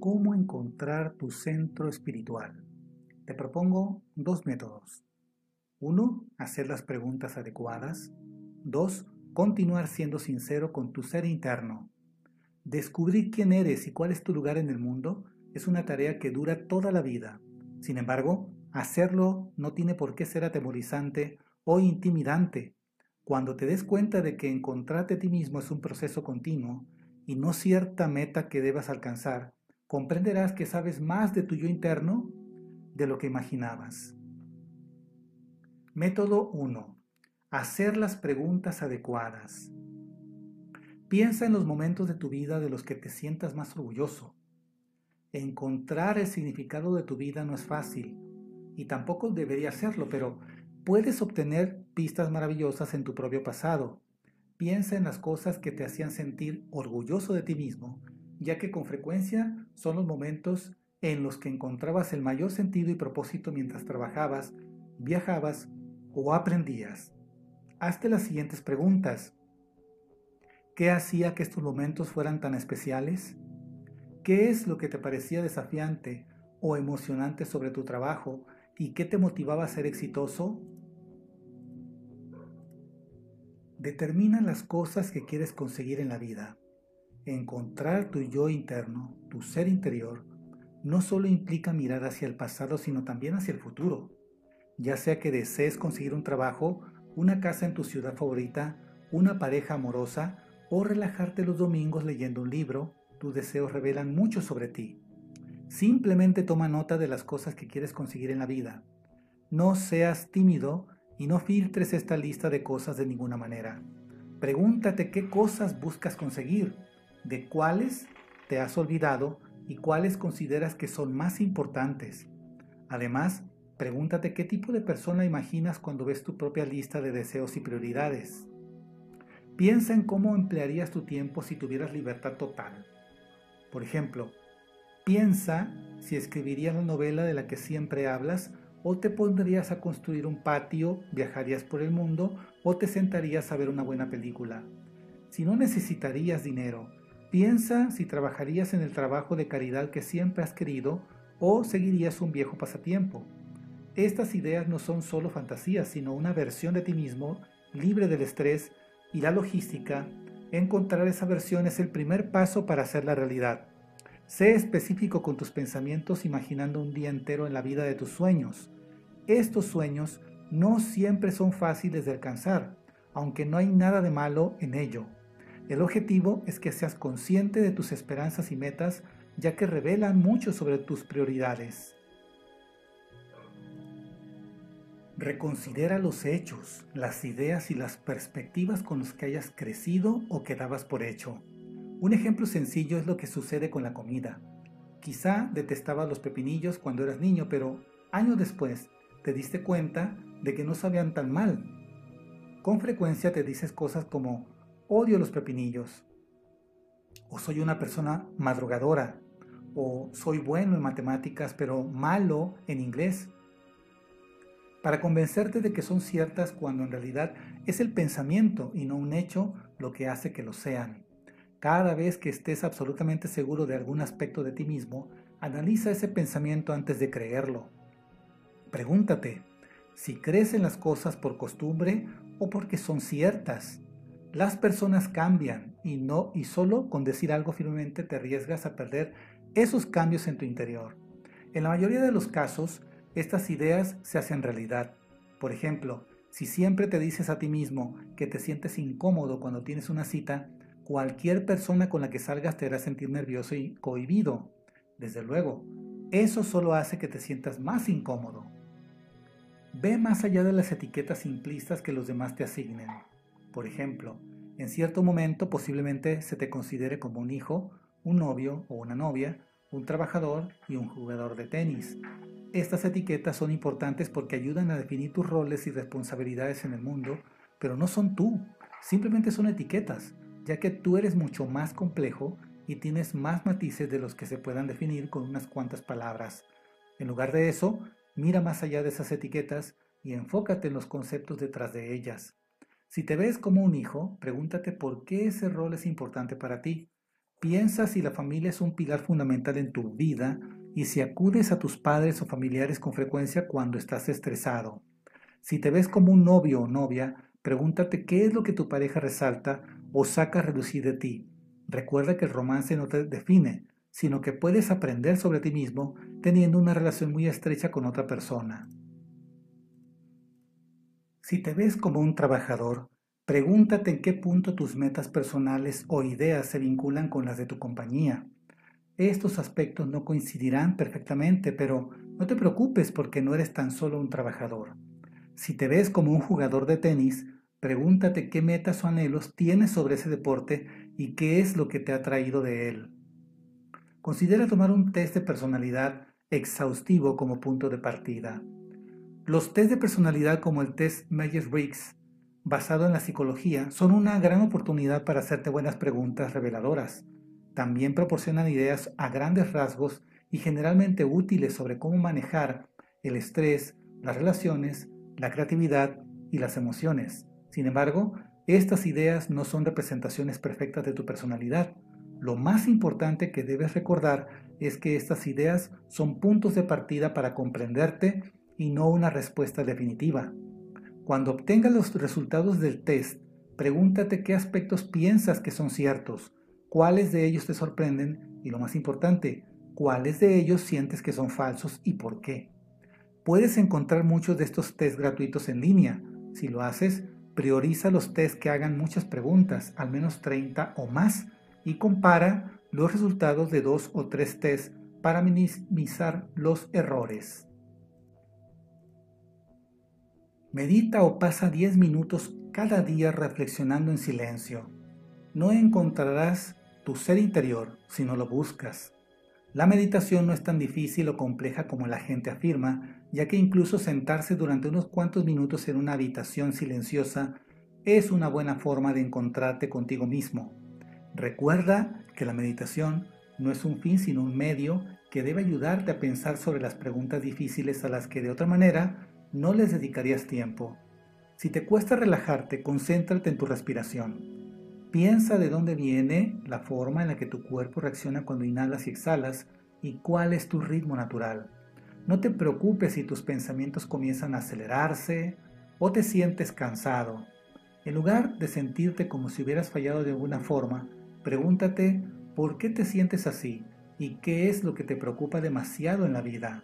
cómo encontrar tu centro espiritual. Te propongo dos métodos. Uno, hacer las preguntas adecuadas. Dos, continuar siendo sincero con tu ser interno. Descubrir quién eres y cuál es tu lugar en el mundo es una tarea que dura toda la vida. Sin embargo, hacerlo no tiene por qué ser atemorizante o intimidante. Cuando te des cuenta de que encontrarte a ti mismo es un proceso continuo y no cierta meta que debas alcanzar, comprenderás que sabes más de tu yo interno de lo que imaginabas. Método 1. Hacer las preguntas adecuadas. Piensa en los momentos de tu vida de los que te sientas más orgulloso. Encontrar el significado de tu vida no es fácil y tampoco debería serlo, pero puedes obtener pistas maravillosas en tu propio pasado. Piensa en las cosas que te hacían sentir orgulloso de ti mismo, ya que con frecuencia son los momentos en los que encontrabas el mayor sentido y propósito mientras trabajabas, viajabas o aprendías. Hazte las siguientes preguntas. ¿Qué hacía que estos momentos fueran tan especiales? ¿Qué es lo que te parecía desafiante o emocionante sobre tu trabajo y qué te motivaba a ser exitoso? Determina las cosas que quieres conseguir en la vida. Encontrar tu yo interno, tu ser interior, no solo implica mirar hacia el pasado, sino también hacia el futuro. Ya sea que desees conseguir un trabajo, una casa en tu ciudad favorita, una pareja amorosa o relajarte los domingos leyendo un libro, tus deseos revelan mucho sobre ti. Simplemente toma nota de las cosas que quieres conseguir en la vida. No seas tímido y no filtres esta lista de cosas de ninguna manera. Pregúntate qué cosas buscas conseguir, de cuáles te has olvidado y cuáles consideras que son más importantes. Además, pregúntate qué tipo de persona imaginas cuando ves tu propia lista de deseos y prioridades. Piensa en cómo emplearías tu tiempo si tuvieras libertad total. Por ejemplo, piensa si escribirías la novela de la que siempre hablas o te pondrías a construir un patio, viajarías por el mundo o te sentarías a ver una buena película. Si no necesitarías dinero, piensa si trabajarías en el trabajo de caridad que siempre has querido o seguirías un viejo pasatiempo. Estas ideas no son solo fantasías, sino una versión de ti mismo, libre del estrés y la logística. Encontrar esa versión es el primer paso para hacerla realidad. Sé específico con tus pensamientos imaginando un día entero en la vida de tus sueños. Estos sueños no siempre son fáciles de alcanzar, aunque no hay nada de malo en ello. El objetivo es que seas consciente de tus esperanzas y metas, ya que revelan mucho sobre tus prioridades. Reconsidera los hechos, las ideas y las perspectivas con las que hayas crecido o que dabas por hecho. Un ejemplo sencillo es lo que sucede con la comida. Quizá detestabas los pepinillos cuando eras niño, pero años después te diste cuenta de que no sabían tan mal. Con frecuencia te dices cosas como odio los pepinillos, o soy una persona madrugadora, o soy bueno en matemáticas pero malo en inglés, para convencerte de que son ciertas cuando en realidad es el pensamiento y no un hecho lo que hace que lo sean. Cada vez que estés absolutamente seguro de algún aspecto de ti mismo, analiza ese pensamiento antes de creerlo. Pregúntate si crees en las cosas por costumbre o porque son ciertas. Las personas cambian y solo con decir algo firmemente te arriesgas a perder esos cambios en tu interior. En la mayoría de los casos, estas ideas se hacen realidad. Por ejemplo, si siempre te dices a ti mismo que te sientes incómodo cuando tienes una cita, cualquier persona con la que salgas te hará sentir nervioso y cohibido. Desde luego, eso solo hace que te sientas más incómodo. Ve más allá de las etiquetas simplistas que los demás te asignen. Por ejemplo, en cierto momento posiblemente se te considere como un hijo, un novio o una novia, un trabajador y un jugador de tenis. Estas etiquetas son importantes porque ayudan a definir tus roles y responsabilidades en el mundo, pero no son tú, simplemente son etiquetas, ya que tú eres mucho más complejo y tienes más matices de los que se puedan definir con unas cuantas palabras. En lugar de eso, mira más allá de esas etiquetas y enfócate en los conceptos detrás de ellas. Si te ves como un hijo, pregúntate por qué ese rol es importante para ti. Piensa si la familia es un pilar fundamental en tu vida y si acudes a tus padres o familiares con frecuencia cuando estás estresado. Si te ves como un novio o novia, pregúntate qué es lo que tu pareja resalta o saca a relucir de ti. Recuerda que el romance no te define, sino que puedes aprender sobre ti mismo teniendo una relación muy estrecha con otra persona. Si te ves como un trabajador, pregúntate en qué punto tus metas personales o ideas se vinculan con las de tu compañía. Estos aspectos no coincidirán perfectamente, pero no te preocupes porque no eres tan solo un trabajador. Si te ves como un jugador de tenis, pregúntate qué metas o anhelos tienes sobre ese deporte y qué es lo que te ha traído de él. Considera tomar un test de personalidad exhaustivo como punto de partida. Los test de personalidad como el test Myers-Briggs, basado en la psicología, son una gran oportunidad para hacerte buenas preguntas reveladoras. También proporcionan ideas a grandes rasgos y generalmente útiles sobre cómo manejar el estrés, las relaciones, la creatividad y las emociones. Sin embargo, estas ideas no son representaciones perfectas de tu personalidad. Lo más importante que debes recordar es que estas ideas son puntos de partida para comprenderte y no una respuesta definitiva. Cuando obtengas los resultados del test, pregúntate qué aspectos piensas que son ciertos, cuáles de ellos te sorprenden y, lo más importante, cuáles de ellos sientes que son falsos y por qué. Puedes encontrar muchos de estos test gratuitos en línea. Si lo haces, prioriza los test que hagan muchas preguntas, al menos 30 o más, y compara los resultados de 2 o 3 tests para minimizar los errores. Medita o pasa 10 minutos cada día reflexionando en silencio. No encontrarás tu ser interior si no lo buscas. La meditación no es tan difícil o compleja como la gente afirma, ya que incluso sentarse durante unos cuantos minutos en una habitación silenciosa es una buena forma de encontrarte contigo mismo. Recuerda que la meditación no es un fin sino un medio que debe ayudarte a pensar sobre las preguntas difíciles a las que de otra manera no les dedicarías tiempo. Si te cuesta relajarte, concéntrate en tu respiración. Piensa de dónde viene la forma en la que tu cuerpo reacciona cuando inhalas y exhalas y cuál es tu ritmo natural. No te preocupes si tus pensamientos comienzan a acelerarse o te sientes cansado. En lugar de sentirte como si hubieras fallado de alguna forma, pregúntate por qué te sientes así y qué es lo que te preocupa demasiado en la vida.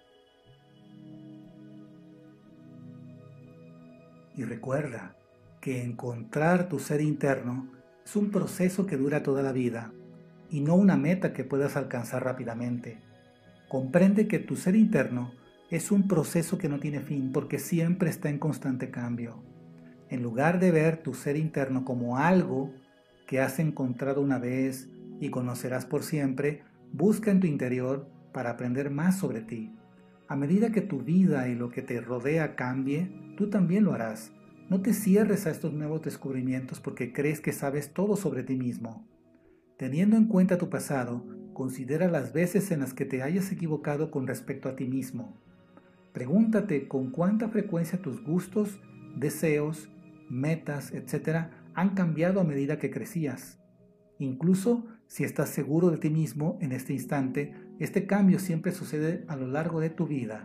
Y recuerda que encontrar tu ser interno es un proceso que dura toda la vida y no una meta que puedas alcanzar rápidamente. Comprende que tu ser interno es un proceso que no tiene fin porque siempre está en constante cambio. En lugar de ver tu ser interno como algo que has encontrado una vez y conocerás por siempre, busca en tu interior para aprender más sobre ti. A medida que tu vida y lo que te rodea cambie, tú también lo harás. No te cierres a estos nuevos descubrimientos porque crees que sabes todo sobre ti mismo. Teniendo en cuenta tu pasado, considera las veces en las que te hayas equivocado con respecto a ti mismo. Pregúntate con cuánta frecuencia tus gustos, deseos, metas, etc. han cambiado a medida que crecías. Incluso si estás seguro de ti mismo en este instante, este cambio siempre sucede a lo largo de tu vida.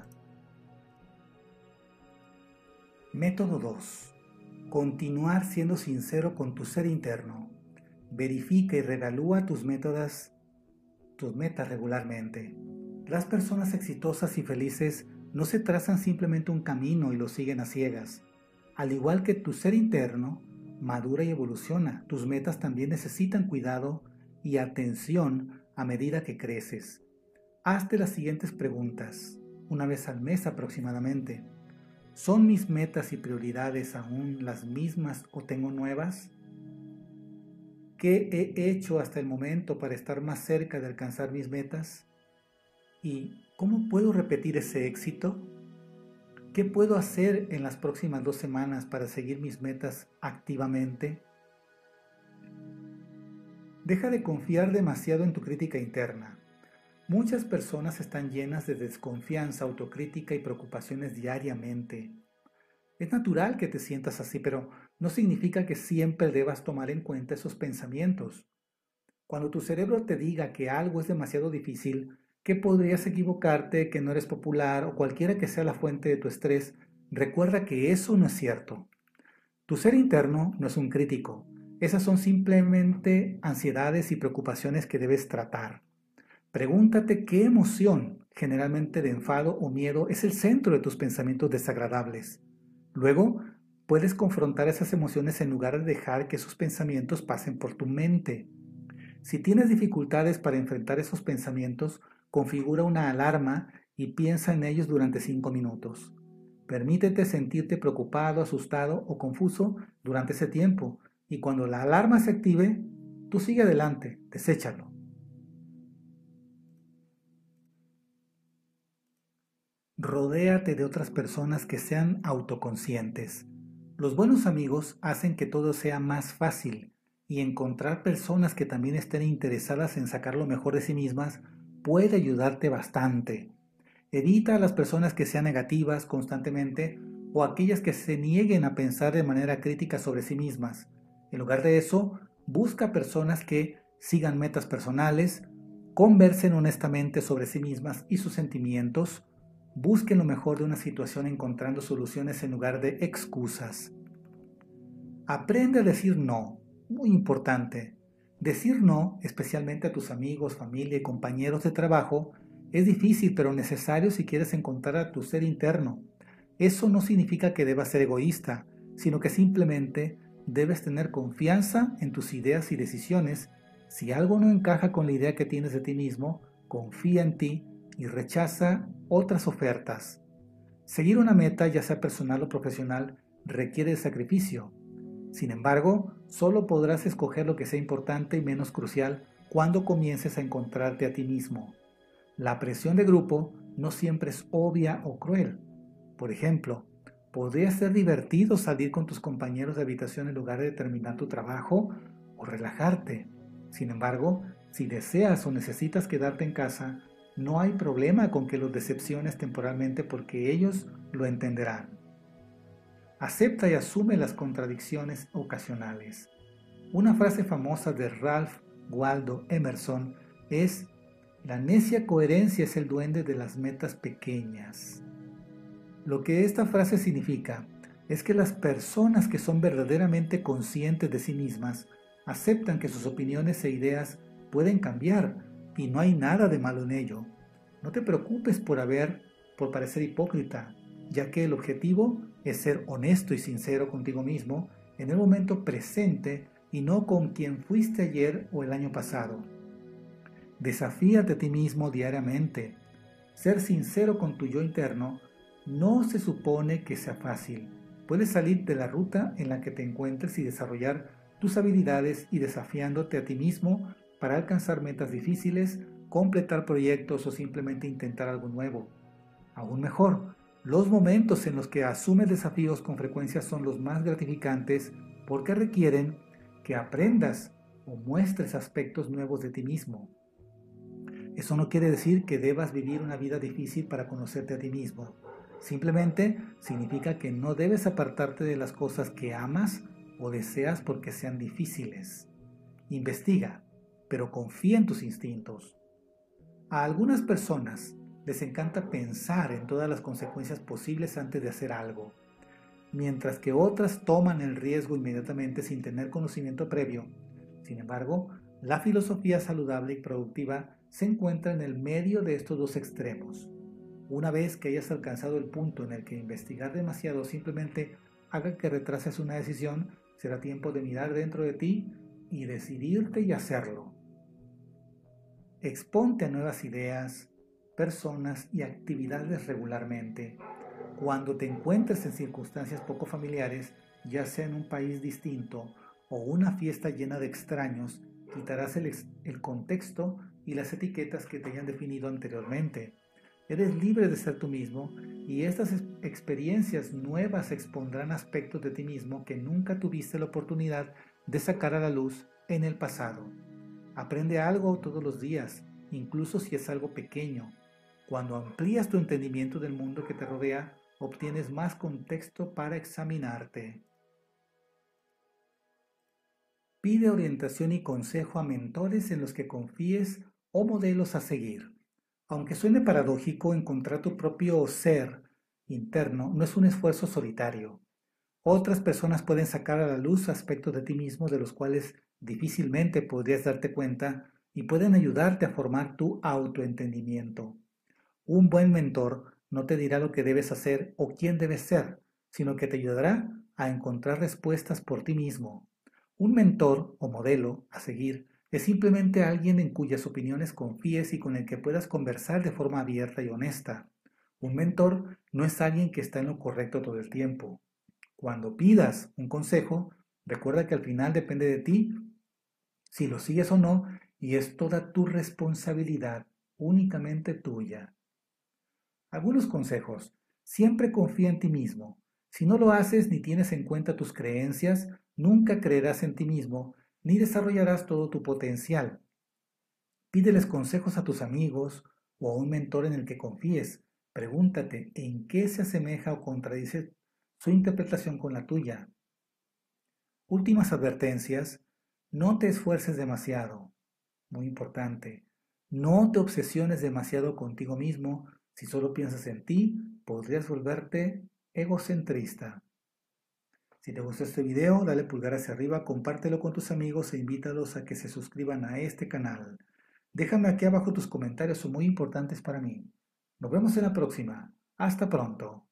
Método 2. Continuar siendo sincero con tu ser interno. Verifica y reevalúa tus metas regularmente. Las personas exitosas y felices no se trazan simplemente un camino y lo siguen a ciegas. Al igual que tu ser interno madura y evoluciona, tus metas también necesitan cuidado y atención a medida que creces. Hazte las siguientes preguntas, una vez al mes aproximadamente. ¿Son mis metas y prioridades aún las mismas o tengo nuevas? ¿Qué he hecho hasta el momento para estar más cerca de alcanzar mis metas? ¿Y cómo puedo repetir ese éxito? ¿Qué puedo hacer en las próximas 2 semanas para seguir mis metas activamente? Deja de confiar demasiado en tu crítica interna. Muchas personas están llenas de desconfianza, autocrítica y preocupaciones diariamente. Es natural que te sientas así, pero no significa que siempre debas tomar en cuenta esos pensamientos. Cuando tu cerebro te diga que algo es demasiado difícil, que podrías equivocarte, que no eres popular o cualquiera que sea la fuente de tu estrés, recuerda que eso no es cierto. Tu ser interno no es un crítico. Esas son simplemente ansiedades y preocupaciones que debes tratar. Pregúntate qué emoción, generalmente de enfado o miedo, es el centro de tus pensamientos desagradables. Luego, puedes confrontar esas emociones en lugar de dejar que esos pensamientos pasen por tu mente. Si tienes dificultades para enfrentar esos pensamientos, configura una alarma y piensa en ellos durante 5 minutos. Permítete sentirte preocupado, asustado o confuso durante ese tiempo y cuando la alarma se active, tú sigue adelante, deséchalo. Rodéate de otras personas que sean autoconscientes. Los buenos amigos hacen que todo sea más fácil y encontrar personas que también estén interesadas en sacar lo mejor de sí mismas puede ayudarte bastante. Evita a las personas que sean negativas constantemente o aquellas que se nieguen a pensar de manera crítica sobre sí mismas. En lugar de eso, busca personas que sigan metas personales, conversen honestamente sobre sí mismas y sus sentimientos, busquen lo mejor de una situación encontrando soluciones en lugar de excusas. Aprende a decir no, muy importante. Decir no, especialmente a tus amigos, familia y compañeros de trabajo, es difícil pero necesario si quieres encontrar a tu ser interno. Eso no significa que debas ser egoísta, sino que simplemente debes tener confianza en tus ideas y decisiones. Si algo no encaja con la idea que tienes de ti mismo, confía en ti y rechaza otras ofertas. Seguir una meta, ya sea personal o profesional, requiere de sacrificio. Sin embargo, solo podrás escoger lo que sea importante y menos crucial cuando comiences a encontrarte a ti mismo. La presión de grupo no siempre es obvia o cruel. Por ejemplo, podría ser divertido salir con tus compañeros de habitación en lugar de terminar tu trabajo o relajarte. Sin embargo, si deseas o necesitas quedarte en casa, no hay problema con que los decepciones temporalmente porque ellos lo entenderán. Acepta y asume las contradicciones ocasionales. Una frase famosa de Ralph Waldo Emerson es: la necia coherencia es el duende de las metas pequeñas. Lo que esta frase significa es que las personas que son verdaderamente conscientes de sí mismas aceptan que sus opiniones e ideas pueden cambiar y no hay nada de malo en ello. No te preocupes por parecer hipócrita, ya que el objetivo es ser honesto y sincero contigo mismo en el momento presente y no con quien fuiste ayer o el año pasado. Desafíate a ti mismo diariamente. Ser sincero con tu yo interno no se supone que sea fácil. Puedes salir de la ruta en la que te encuentres y desarrollar tus habilidades y desafiándote a ti mismo para alcanzar metas difíciles, completar proyectos o simplemente intentar algo nuevo. Aún mejor, los momentos en los que asumes desafíos con frecuencia son los más gratificantes porque requieren que aprendas o muestres aspectos nuevos de ti mismo. Eso no quiere decir que debas vivir una vida difícil para conocerte a ti mismo. Simplemente significa que no debes apartarte de las cosas que amas o deseas porque sean difíciles. Investiga, pero confía en tus instintos. A algunas personas les encanta pensar en todas las consecuencias posibles antes de hacer algo, mientras que otras toman el riesgo inmediatamente sin tener conocimiento previo. Sin embargo, la filosofía saludable y productiva se encuentra en el medio de estos dos extremos. Una vez que hayas alcanzado el punto en el que investigar demasiado simplemente haga que retrases una decisión, será tiempo de mirar dentro de ti y decidirte y hacerlo. Exponte a nuevas ideas, personas y actividades regularmente. Cuando te encuentres en circunstancias poco familiares, ya sea en un país distinto o una fiesta llena de extraños, quitarás el contexto y las etiquetas que te hayan definido anteriormente. Eres libre de ser tú mismo y estas experiencias nuevas expondrán aspectos de ti mismo que nunca tuviste la oportunidad de sacar a la luz en el pasado. Aprende algo todos los días, incluso si es algo pequeño. Cuando amplías tu entendimiento del mundo que te rodea, obtienes más contexto para examinarte. Pide orientación y consejo a mentores en los que confíes o modelos a seguir. Aunque suene paradójico, encontrar tu propio ser interno no es un esfuerzo solitario. Otras personas pueden sacar a la luz aspectos de ti mismo de los cuales difícilmente podrías darte cuenta y pueden ayudarte a formar tu autoentendimiento. Un buen mentor no te dirá lo que debes hacer o quién debes ser, sino que te ayudará a encontrar respuestas por ti mismo. Un mentor o modelo a seguir es simplemente alguien en cuyas opiniones confíes y con el que puedas conversar de forma abierta y honesta. Un mentor no es alguien que está en lo correcto todo el tiempo. Cuando pidas un consejo, recuerda que al final depende de ti si lo sigues o no y es toda tu responsabilidad, únicamente tuya. Algunos consejos. Siempre confía en ti mismo. Si no lo haces ni tienes en cuenta tus creencias, nunca creerás en ti mismo ni desarrollarás todo tu potencial. Pídeles consejos a tus amigos o a un mentor en el que confíes. Pregúntate en qué se asemeja o contradice su interpretación con la tuya. Últimas advertencias. No te esfuerces demasiado. Muy importante. No te obsesiones demasiado contigo mismo. Si solo piensas en ti, podrías volverte egocentrista. Si te gustó este video, dale pulgar hacia arriba, compártelo con tus amigos e invítalos a que se suscriban a este canal. Déjame aquí abajo tus comentarios, son muy importantes para mí. Nos vemos en la próxima. Hasta pronto.